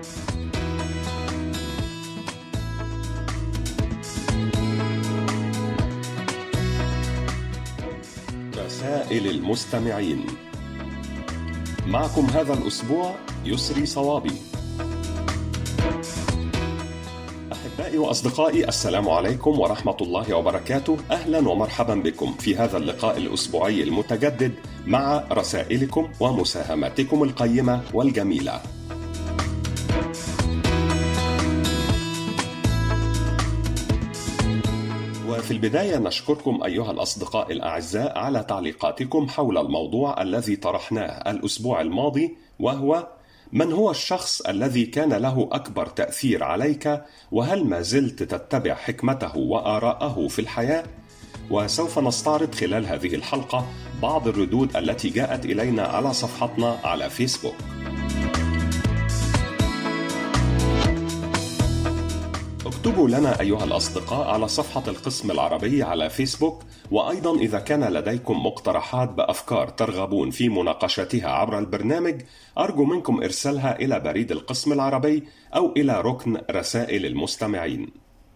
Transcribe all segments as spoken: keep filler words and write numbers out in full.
رسائل المستمعين. معكم هذا الأسبوع يسري صوابي. أحبائي وأصدقائي، السلام عليكم ورحمة الله وبركاته. أهلا ومرحبا بكم في هذا اللقاء الأسبوعي المتجدد مع رسائلكم ومساهماتكم القيمة والجميلة. وفي البداية نشكركم أيها الأصدقاء الأعزاء على تعليقاتكم حول الموضوع الذي طرحناه الأسبوع الماضي، وهو: من هو الشخص الذي كان له أكبر تأثير عليك؟ وهل ما زلت تتبع حكمته وآراءه في الحياة؟ وسوف نستعرض خلال هذه الحلقة بعض الردود التي جاءت إلينا على صفحتنا على فيسبوك. اكتبوا لنا أيها الأصدقاء على صفحة القسم العربي على فيسبوك، وأيضا إذا كان لديكم مقترحات بأفكار ترغبون في مناقشتها عبر البرنامج، أرجو منكم إرسالها إلى بريد القسم العربي أو إلى ركن رسائل المستمعين.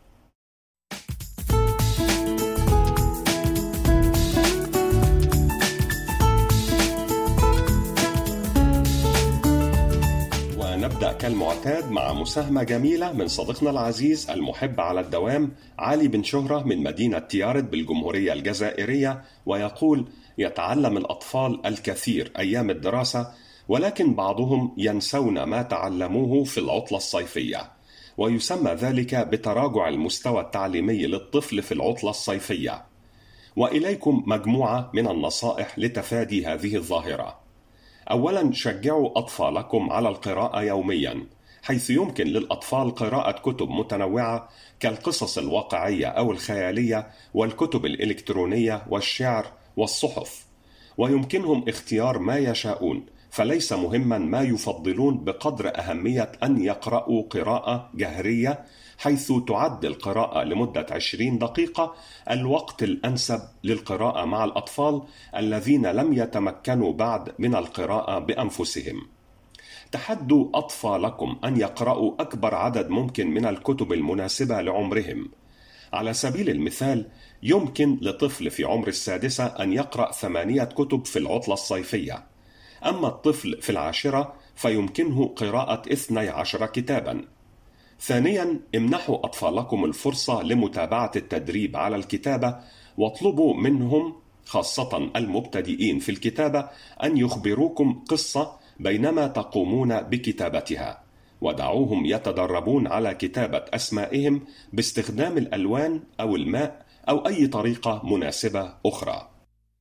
نبدأ كالمعتاد مع مساهمة جميلة من صديقنا العزيز المحب على الدوام علي بن شهرة من مدينة تيارت بالجمهورية الجزائرية، ويقول: يتعلم الأطفال الكثير أيام الدراسة، ولكن بعضهم ينسون ما تعلموه في العطلة الصيفية، ويسمى ذلك بتراجع المستوى التعليمي للطفل في العطلة الصيفية. وإليكم مجموعة من النصائح لتفادي هذه الظاهرة. أولاً، شجعوا أطفالكم على القراءة يومياً، حيث يمكن للأطفال قراءة كتب متنوعة كالقصص الواقعية أو الخيالية والكتب الإلكترونية والشعر والصحف، ويمكنهم اختيار ما يشاءون، فليس مهماً ما يفضلون بقدر أهمية أن يقرأوا قراءة جهرية، حيث تعد القراءة لمدة عشرين دقيقة الوقت الأنسب للقراءة مع الأطفال الذين لم يتمكنوا بعد من القراءة بأنفسهم. تحدوا أطفالكم أن يقرأوا أكبر عدد ممكن من الكتب المناسبة لعمرهم. على سبيل المثال، يمكن لطفل في عمر السادسة أن يقرأ ثمانية كتب في العطلة الصيفية، أما الطفل في العاشرة فيمكنه قراءة اثني عشر كتاباً. ثانياً، امنحوا أطفالكم الفرصة لمتابعة التدريب على الكتابة، واطلبوا منهم خاصة المبتدئين في الكتابة أن يخبروكم قصة بينما تقومون بكتابتها، ودعوهم يتدربون على كتابة أسمائهم باستخدام الألوان أو الماء أو أي طريقة مناسبة أخرى.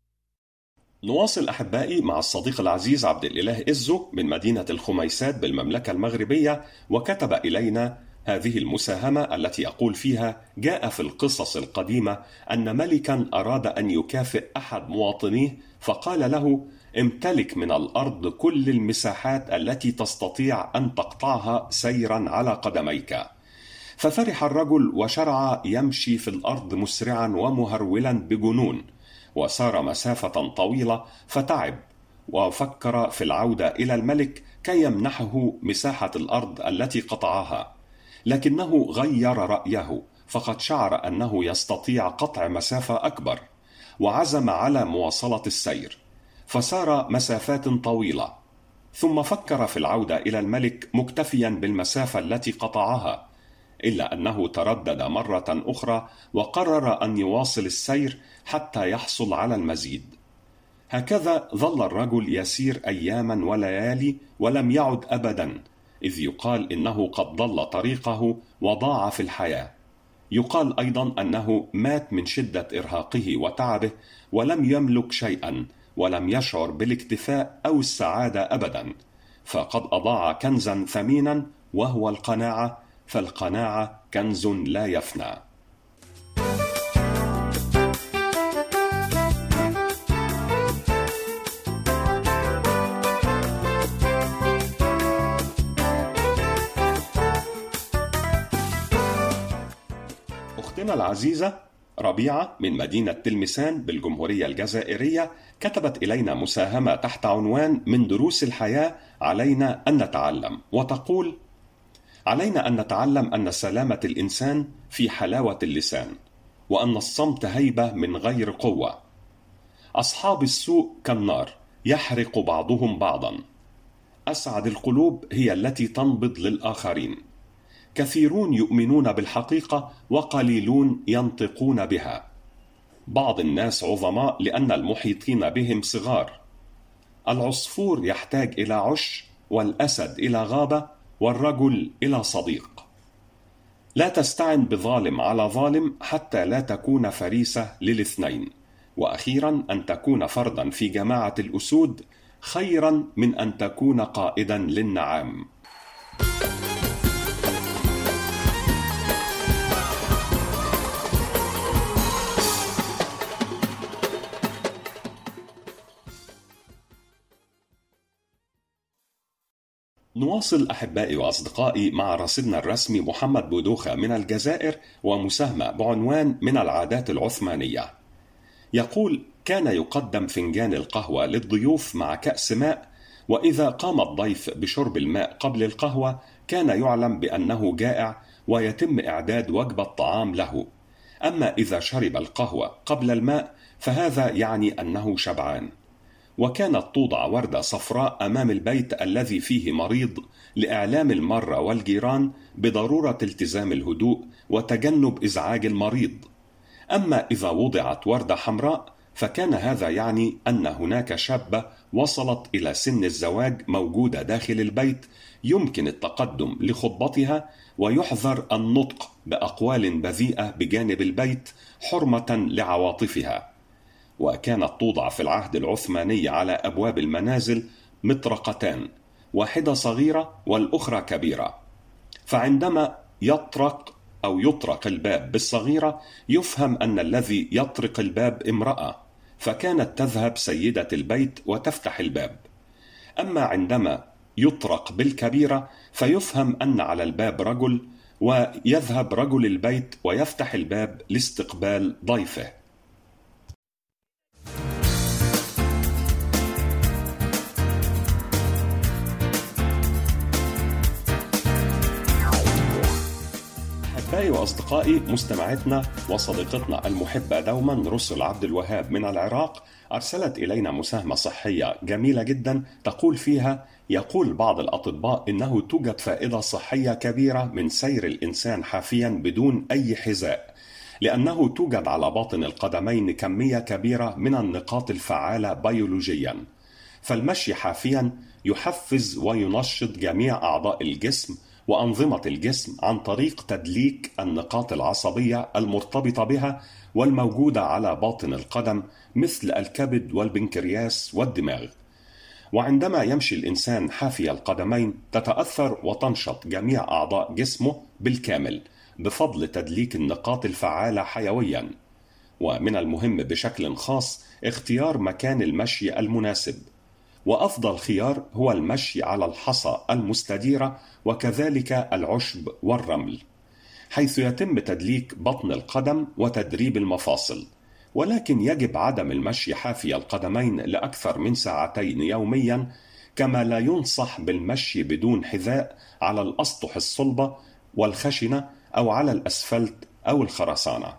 نواصل أحبائي مع الصديق العزيز عبد الإله إزو من مدينة الخميسات بالمملكة المغربية، وكتب إلينا هذه المساهمة التي يقول فيها: جاء في القصص القديمة أن ملكا أراد أن يكافئ أحد مواطنيه، فقال له: امتلك من الأرض كل المساحات التي تستطيع أن تقطعها سيرا على قدميك. ففرح الرجل وشرع يمشي في الأرض مسرعا ومهرولا بجنون، وسار مسافة طويلة فتعب، وفكر في العودة إلى الملك كي يمنحه مساحة الأرض التي قطعها، لكنه غير رأيه، فقد شعر أنه يستطيع قطع مسافة أكبر، وعزم على مواصلة السير، فسار مسافات طويلة، ثم فكر في العودة إلى الملك مكتفيا بالمسافة التي قطعها، إلا أنه تردد مرة أخرى وقرر أن يواصل السير حتى يحصل على المزيد. هكذا ظل الرجل يسير أياما وليالي ولم يعد أبدا، إذ يقال إنه قد ضل طريقه وضاع في الحياة. يقال أيضا أنه مات من شدة إرهاقه وتعبه، ولم يملك شيئا، ولم يشعر بالاكتفاء أو السعادة أبدا، فقد أضاع كنزا ثمينا وهو القناعة، فالقناعة كنز لا يفنى. أختنا العزيزة ربيعة من مدينة تلمسان بالجمهورية الجزائرية كتبت إلينا مساهمة تحت عنوان: من دروس الحياة علينا أن نتعلم، وتقول: علينا أن نتعلم أن سلامة الإنسان في حلاوة اللسان، وأن الصمت هيبة من غير قوة. أصحاب السوء كالنار يحرق بعضهم بعضا. أسعد القلوب هي التي تنبض للآخرين. كثيرون يؤمنون بالحقيقة وقليلون ينطقون بها. بعض الناس عظماء لأن المحيطين بهم صغار. العصفور يحتاج إلى عش، والأسد إلى غابة، والرجل إلى صديق. لا تستعن بظالم على ظالم حتى لا تكون فريسة للاثنين. وأخيرا، أن تكون فردا في جماعة الأسود خيرا من أن تكون قائدا للنعام. نواصل أحبائي وأصدقائي مع رصيدنا الرسمي محمد بودوخة من الجزائر، ومساهمة بعنوان من العادات العثمانية. يقول: كان يقدم فنجان القهوة للضيوف مع كأس ماء، وإذا قام الضيف بشرب الماء قبل القهوة كان يعلم بأنه جائع ويتم إعداد وجبة طعام له. أما إذا شرب القهوة قبل الماء فهذا يعني أنه شبعان. وكانت توضع وردة صفراء أمام البيت الذي فيه مريض لإعلام المرة والجيران بضرورة التزام الهدوء وتجنب إزعاج المريض. أما إذا وضعت وردة حمراء فكان هذا يعني أن هناك شابة وصلت إلى سن الزواج موجودة داخل البيت يمكن التقدم لخطبتها، ويحذر النطق بأقوال بذيئة بجانب البيت حرمة لعواطفها. وكانت توضع في العهد العثماني على أبواب المنازل مطرقتان، واحدة صغيرة والأخرى كبيرة. فعندما يطرق أو يطرق الباب بالصغيرة يفهم أن الذي يطرق الباب امرأة، فكانت تذهب سيدة البيت وتفتح الباب. أما عندما يطرق بالكبيرة فيفهم أن على الباب رجل، ويذهب رجل البيت ويفتح الباب لاستقبال ضيفه. أحبائي وأصدقائي، مستمعتنا وصديقتنا المحبة دوما رسل عبد الوهاب من العراق أرسلت إلينا مساهمة صحية جميلة جدا تقول فيها: يقول بعض الأطباء إنه توجد فائدة صحية كبيرة من سير الإنسان حافيا بدون أي حذاء، لأنه توجد على باطن القدمين كمية كبيرة من النقاط الفعالة بيولوجيا. فالمشي حافيا يحفز وينشط جميع أعضاء الجسم وأنظمة الجسم عن طريق تدليك النقاط العصبية المرتبطة بها والموجودة على باطن القدم مثل الكبد والبنكرياس والدماغ. وعندما يمشي الإنسان حافي القدمين تتأثر وتنشط جميع أعضاء جسمه بالكامل بفضل تدليك النقاط الفعالة حيويا. ومن المهم بشكل خاص اختيار مكان المشي المناسب، وأفضل خيار هو المشي على الحصى المستديرة وكذلك العشب والرمل، حيث يتم تدليك بطن القدم وتدريب المفاصل. ولكن يجب عدم المشي حافي القدمين لأكثر من ساعتين يوميا، كما لا ينصح بالمشي بدون حذاء على الأسطح الصلبة والخشنة أو على الأسفلت أو الخرسانة.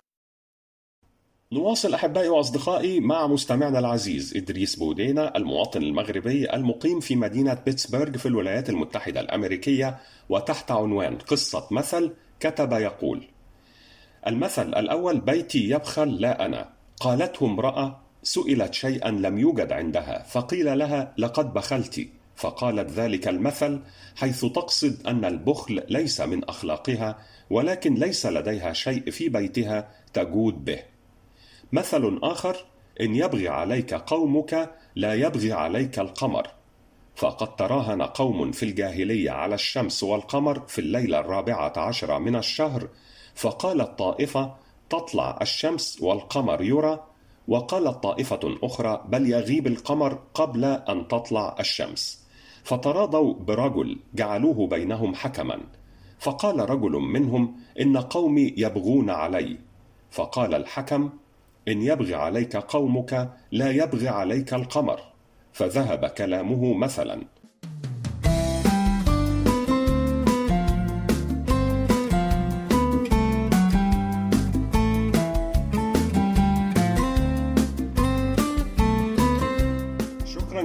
نواصل أحبائي وأصدقائي مع مستمعنا العزيز إدريس بودينا المواطن المغربي المقيم في مدينة بيتسبرغ في الولايات المتحدة الأمريكية، وتحت عنوان قصة مثل كتب يقول: المثل الأول: بيتي يبخل لا أنا. قالته امرأة سئلت شيئا لم يوجد عندها فقيل لها: لقد بخلت. فقالت: ذلك المثل، حيث تقصد أن البخل ليس من أخلاقها، ولكن ليس لديها شيء في بيتها تجود به. مثل آخر: إن يبغي عليك قومك لا يبغي عليك القمر. فقد تراهن قوم في الجاهلية على الشمس والقمر في الليلة الرابعة عشرة من الشهر، فقالت طائفة: تطلع الشمس والقمر يرى، وقالت طائفة أخرى: بل يغيب القمر قبل أن تطلع الشمس. فتراضوا برجل جعلوه بينهم حكما، فقال رجل منهم: إن قومي يبغون علي. فقال الحكم: إن يبغي عليك قومك لا يبغي عليك القمر. فذهب كلامه مثلا.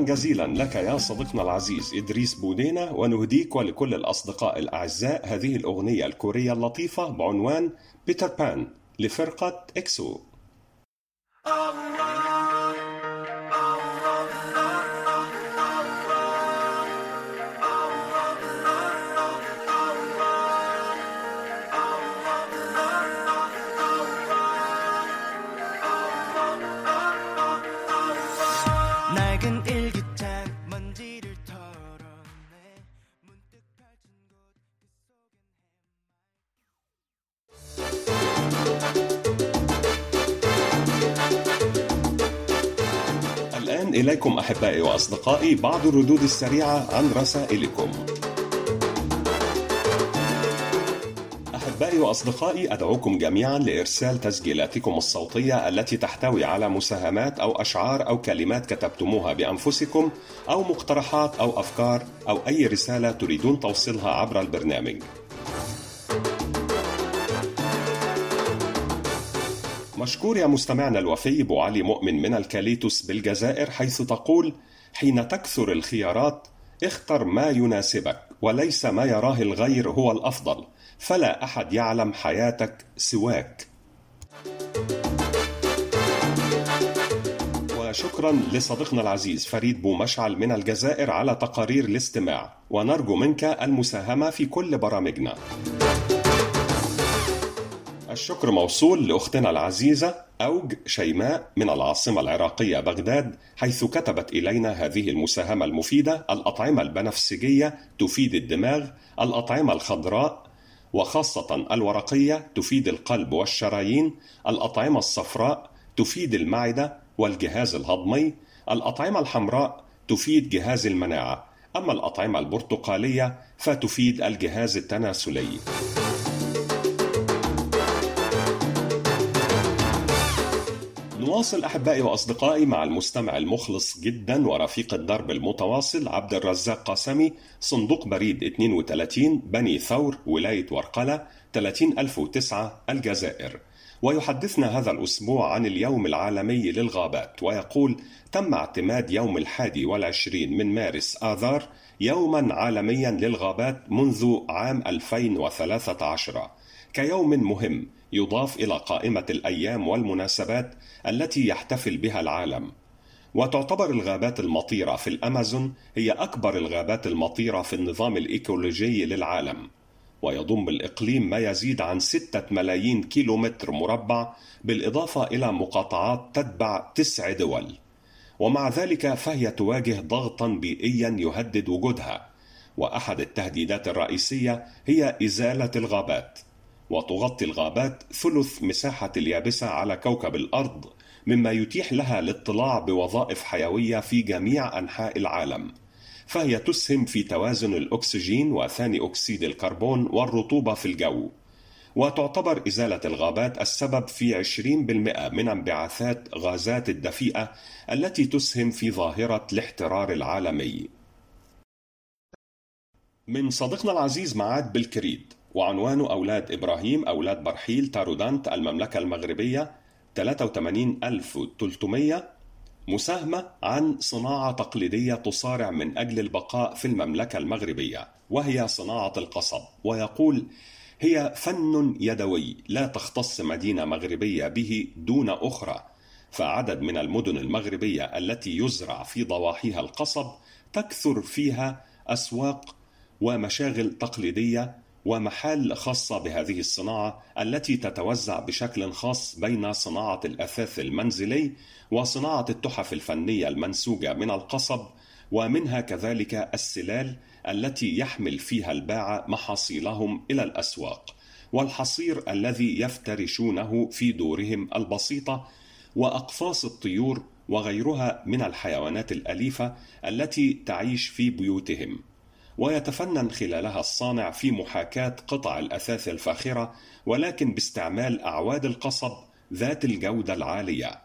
جزيلا لك يا صديقنا العزيز إدريس بودينا، ونهديك ولكل الأصدقاء الأعزاء هذه الأغنية الكورية اللطيفة بعنوان بيتر بان لفرقة إكسو. الآن إليكم أحبائي وأصدقائي بعض الردود السريعة عن رسائلكم. أحبائي وأصدقائي، أدعوكم جميعا لإرسال تسجيلاتكم الصوتية التي تحتوي على مساهمات أو أشعار أو كلمات كتبتموها بأنفسكم، أو مقترحات أو أفكار أو أي رسالة تريدون توصيلها عبر البرنامج. مشكور يا مستمعنا الوفي أبو علي مؤمن من الكاليتوس بالجزائر، حيث تقول: حين تكثر الخيارات اختر ما يناسبك، وليس ما يراه الغير هو الأفضل، فلا أحد يعلم حياتك سواك. وشكرا لصديقنا العزيز فريد بو مشعل من الجزائر على تقارير الاستماع، ونرجو منك المساهمة في كل برامجنا. الشكر موصول لأختنا العزيزة أوج شيماء من العاصمة العراقية بغداد، حيث كتبت إلينا هذه المساهمة المفيدة: الأطعمة البنفسجية تفيد الدماغ، الأطعمة الخضراء وخاصة الورقية تفيد القلب والشرايين، الأطعمة الصفراء تفيد المعدة والجهاز الهضمي، الأطعمة الحمراء تفيد جهاز المناعة، أما الأطعمة البرتقالية فتفيد الجهاز التناسلي. نواصل أحبائي وأصدقائي مع المستمع المخلص جدا ورفيق الدرب المتواصل عبد الرزاق قاسمي، صندوق بريد اثنين وثلاثين بني ثور، ولاية ورقلة، ثلاثين ألف وتسعة، الجزائر، ويحدثنا هذا الأسبوع عن اليوم العالمي للغابات، ويقول: تم اعتماد يوم الحادي والعشرين من مارس آذار يوما عالميا للغابات منذ عام ألفين وثلاثة عشر كيوم مهم يضاف إلى قائمة الأيام والمناسبات التي يحتفل بها العالم. وتعتبر الغابات المطيرة في الأمازون هي أكبر الغابات المطيرة في النظام الإيكولوجي للعالم، ويضم الإقليم ما يزيد عن ستة ملايين كيلومتر مربع، بالإضافة إلى مقاطعات تتبع تسع دول، ومع ذلك فهي تواجه ضغطا بيئيا يهدد وجودها، وأحد التهديدات الرئيسية هي إزالة الغابات. وتغطي الغابات ثلث مساحة اليابسة على كوكب الأرض، مما يتيح لها الاطلاع بوظائف حيوية في جميع أنحاء العالم، فهي تسهم في توازن الأكسجين وثاني أكسيد الكربون والرطوبة في الجو. وتعتبر إزالة الغابات السبب في عشرين بالمئة من انبعاثات غازات الدفيئة التي تسهم في ظاهرة الاحترار العالمي. من صديقنا العزيز معاد بالكريد، وعنوانه: أولاد إبراهيم أولاد برحيل تارودانت، المملكة المغربية، ثلاثة وثمانين ألف وثلاثمئة، مساهمة عن صناعة تقليدية تصارع من أجل البقاء في المملكة المغربية، وهي صناعة القصب. ويقول: هي فن يدوي لا تختص مدينة مغربية به دون أخرى، فعدد من المدن المغربية التي يزرع في ضواحيها القصب تكثر فيها أسواق ومشاغل تقليدية ومحال خاصة بهذه الصناعة، التي تتوزع بشكل خاص بين صناعة الأثاث المنزلي وصناعة التحف الفنية المنسوجة من القصب، ومنها كذلك السلال التي يحمل فيها الباعة محاصيلهم إلى الأسواق، والحصير الذي يفترشونه في دورهم البسيطة، وأقفاص الطيور وغيرها من الحيوانات الأليفة التي تعيش في بيوتهم. ويتفنن خلالها الصانع في محاكاة قطع الأثاث الفاخرة، ولكن باستعمال أعواد القصب ذات الجودة العالية.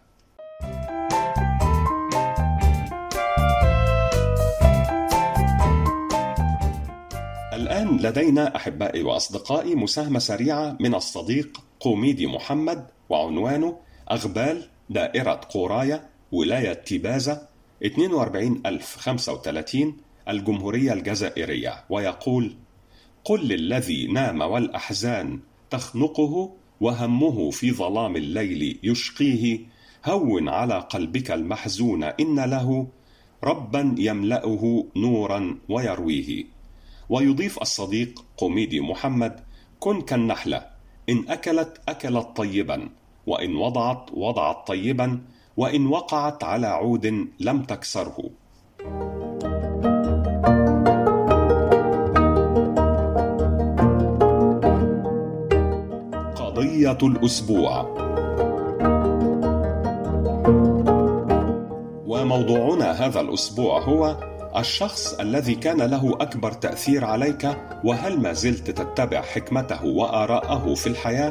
الآن لدينا أحبائي وأصدقائي مساهمة سريعة من الصديق قوميدي محمد، وعنوانه: أغبال، دائرة قورايا، ولاية تيبازا، اثنين وأربعين ألف وخمسة وثلاثين الجمهورية الجزائرية، ويقول: قل للذي نام والأحزان تخنقه وهمه في ظلام الليل يشقيه، هون على قلبك المحزون إن له ربا يملأه نورا ويرويه. ويضيف الصديق قميدي محمد: كن كالنحلة، إن أكلت أكلت طيبا، وإن وضعت وضعت طيبا، وإن وقعت على عود لم تكسره. قضية الأسبوع. وموضوعنا هذا الأسبوع هو الشخص الذي كان له أكبر تأثير عليك، وهل ما زلت تتبع حكمته وآراءه في الحياة؟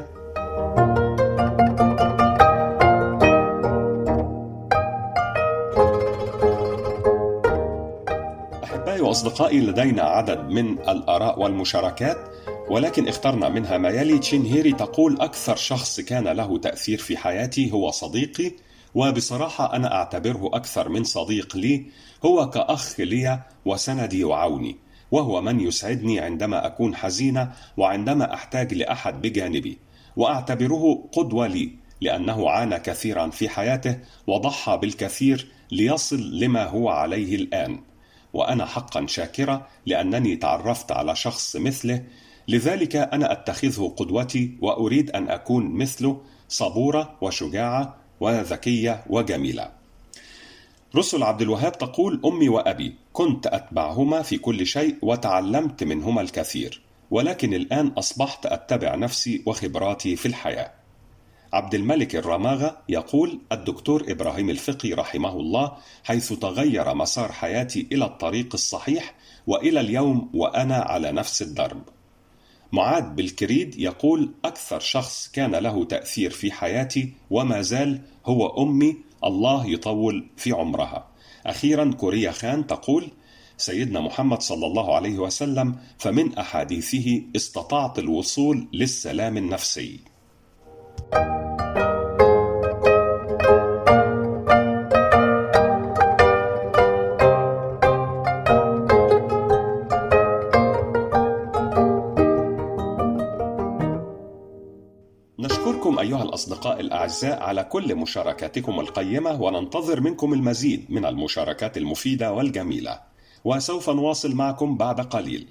أحبائي وأصدقائي، لدينا عدد من الآراء والمشاركات، ولكن اخترنا منها ما يلي. تشين هيري تقول: أكثر شخص كان له تأثير في حياتي هو صديقي، وبصراحة أنا أعتبره أكثر من صديق لي، هو كأخ لي وسندي وعوني، وهو من يسعدني عندما أكون حزينة وعندما أحتاج لأحد بجانبي، وأعتبره قدوة لي لأنه عانى كثيرا في حياته وضحى بالكثير ليصل لما هو عليه الآن، وأنا حقا شاكرة لأنني تعرفت على شخص مثله، لذلك أنا أتخذه قدوتي وأريد أن أكون مثله، صبورة وشجاعة وذكية وجميلة. رسل عبد الوهاب تقول: أمي وأبي كنت أتبعهما في كل شيء وتعلمت منهما الكثير، ولكن الآن أصبحت أتبع نفسي وخبراتي في الحياة. عبد الملك الرماغة يقول: الدكتور إبراهيم الفقي رحمه الله، حيث تغير مسار حياتي إلى الطريق الصحيح، وإلى اليوم وأنا على نفس الدرب. معاذ بالكريد يقول: أكثر شخص كان له تأثير في حياتي وما زال هو أمي، الله يطول في عمرها. أخيرا كوريا خان تقول: سيدنا محمد صلى الله عليه وسلم، فمن أحاديثه استطعت الوصول للسلام النفسي. نشكركم أيها الأصدقاء الأعزاء على كل مشاركاتكم القيمة، وننتظر منكم المزيد من المشاركات المفيدة والجميلة، وسوف نواصل معكم بعد قليل.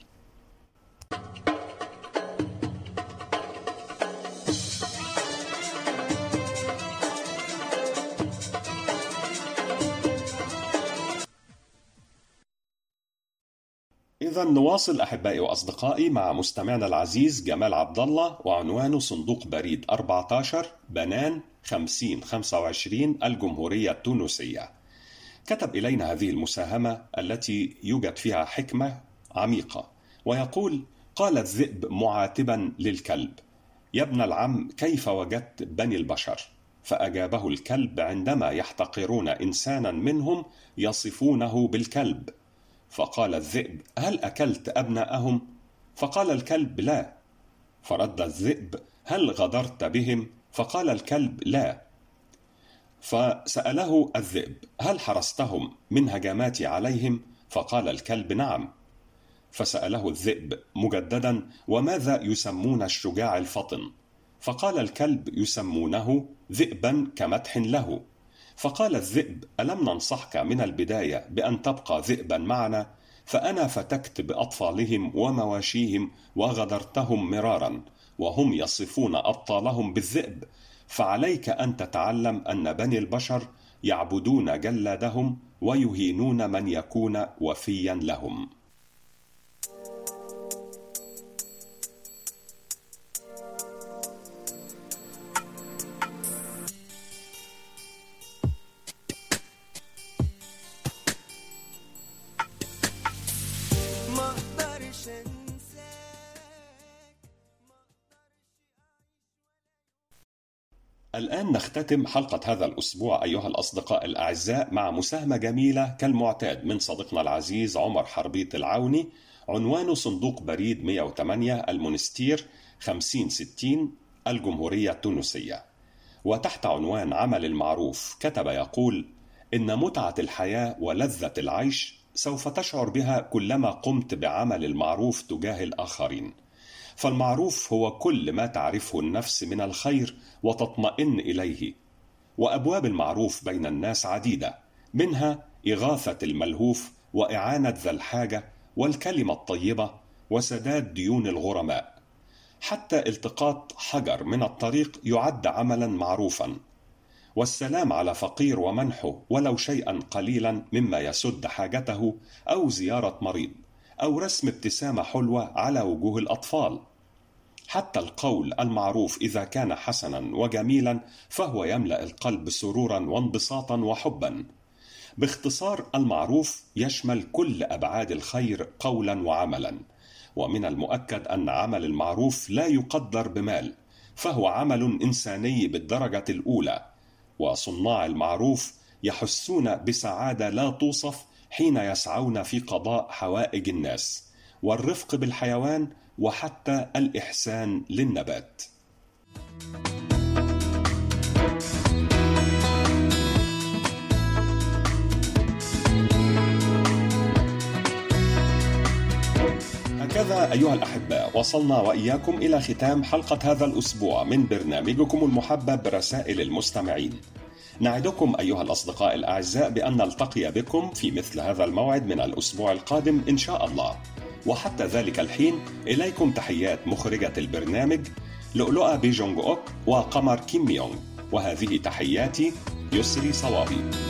إذا نواصل أحبائي وأصدقائي مع مستمعنا العزيز جمال عبد الله، وعنوانه صندوق بريد أربعة عشر بنان خمسين خمسة وعشرين الجمهورية التونسية. كتب إلينا هذه المساهمة التي يوجد فيها حكمة عميقة، ويقول: قال الذئب معاتبا للكلب: يا ابن العم، كيف وجدت بني البشر؟ فأجابه الكلب: عندما يحتقرون إنسانا منهم يصفونه بالكلب. فقال الذئب: هل أكلت أبناءهم؟ فقال الكلب: لا. فرد الذئب: هل غدرت بهم؟ فقال الكلب: لا. فسأله الذئب: هل حرستهم من هجماتي عليهم؟ فقال الكلب: نعم. فسأله الذئب مجددا: وماذا يسمون الشجاع الفطن؟ فقال الكلب: يسمونه ذئبا كمدح له. فقال الذئب: ألم ننصحك من البداية بأن تبقى ذئبا معنا؟ فأنا فتكت بأطفالهم ومواشيهم وغدرتهم مرارا، وهم يصفون أبطالهم بالذئب، فعليك أن تتعلم أن بني البشر يعبدون جلادهم ويهينون من يكون وفيا لهم. الآن نختتم حلقة هذا الأسبوع أيها الأصدقاء الأعزاء مع مساهمة جميلة كالمعتاد من صديقنا العزيز عمر حربيط العوني، عنوانه صندوق بريد مئة وثمانية المونستير خمسين ستين الجمهورية التونسية. وتحت عنوان عمل المعروف كتب يقول: إن متعة الحياة ولذة العيش سوف تشعر بها كلما قمت بعمل المعروف تجاه الآخرين، فالمعروف هو كل ما تعرفه النفس من الخير وتطمئن إليه. وأبواب المعروف بين الناس عديدة، منها إغاثة الملهوف وإعانة ذا الحاجة والكلمة الطيبة وسداد ديون الغرماء. حتى التقاط حجر من الطريق يعد عملا معروفا، والسلام على فقير ومنحه ولو شيئا قليلا مما يسد حاجته، أو زيارة مريض، أو رسم ابتسامة حلوة على وجوه الأطفال. حتى القول المعروف إذا كان حسنا وجميلا فهو يملأ القلب سرورا وانبساطا وحبا. باختصار، المعروف يشمل كل أبعاد الخير قولا وعملا، ومن المؤكد أن عمل المعروف لا يقدر بمال، فهو عمل إنساني بالدرجة الأولى، وصناع المعروف يحسون بسعادة لا توصف حين يسعون في قضاء حوائج الناس والرفق بالحيوان وحتى الإحسان للنبات. هكذا أيها الأحباء وصلنا وإياكم إلى ختام حلقة هذا الأسبوع من برنامجكم المحبب رسائل المستمعين. نعدكم أيها الأصدقاء الأعزاء بأن نلتقي بكم في مثل هذا الموعد من الأسبوع القادم إن شاء الله، وحتى ذلك الحين إليكم تحيات مخرجة البرنامج لؤلؤة بيجونغ أوك وقمر كيم ميونغ، وهذه تحياتي يسري صوابي.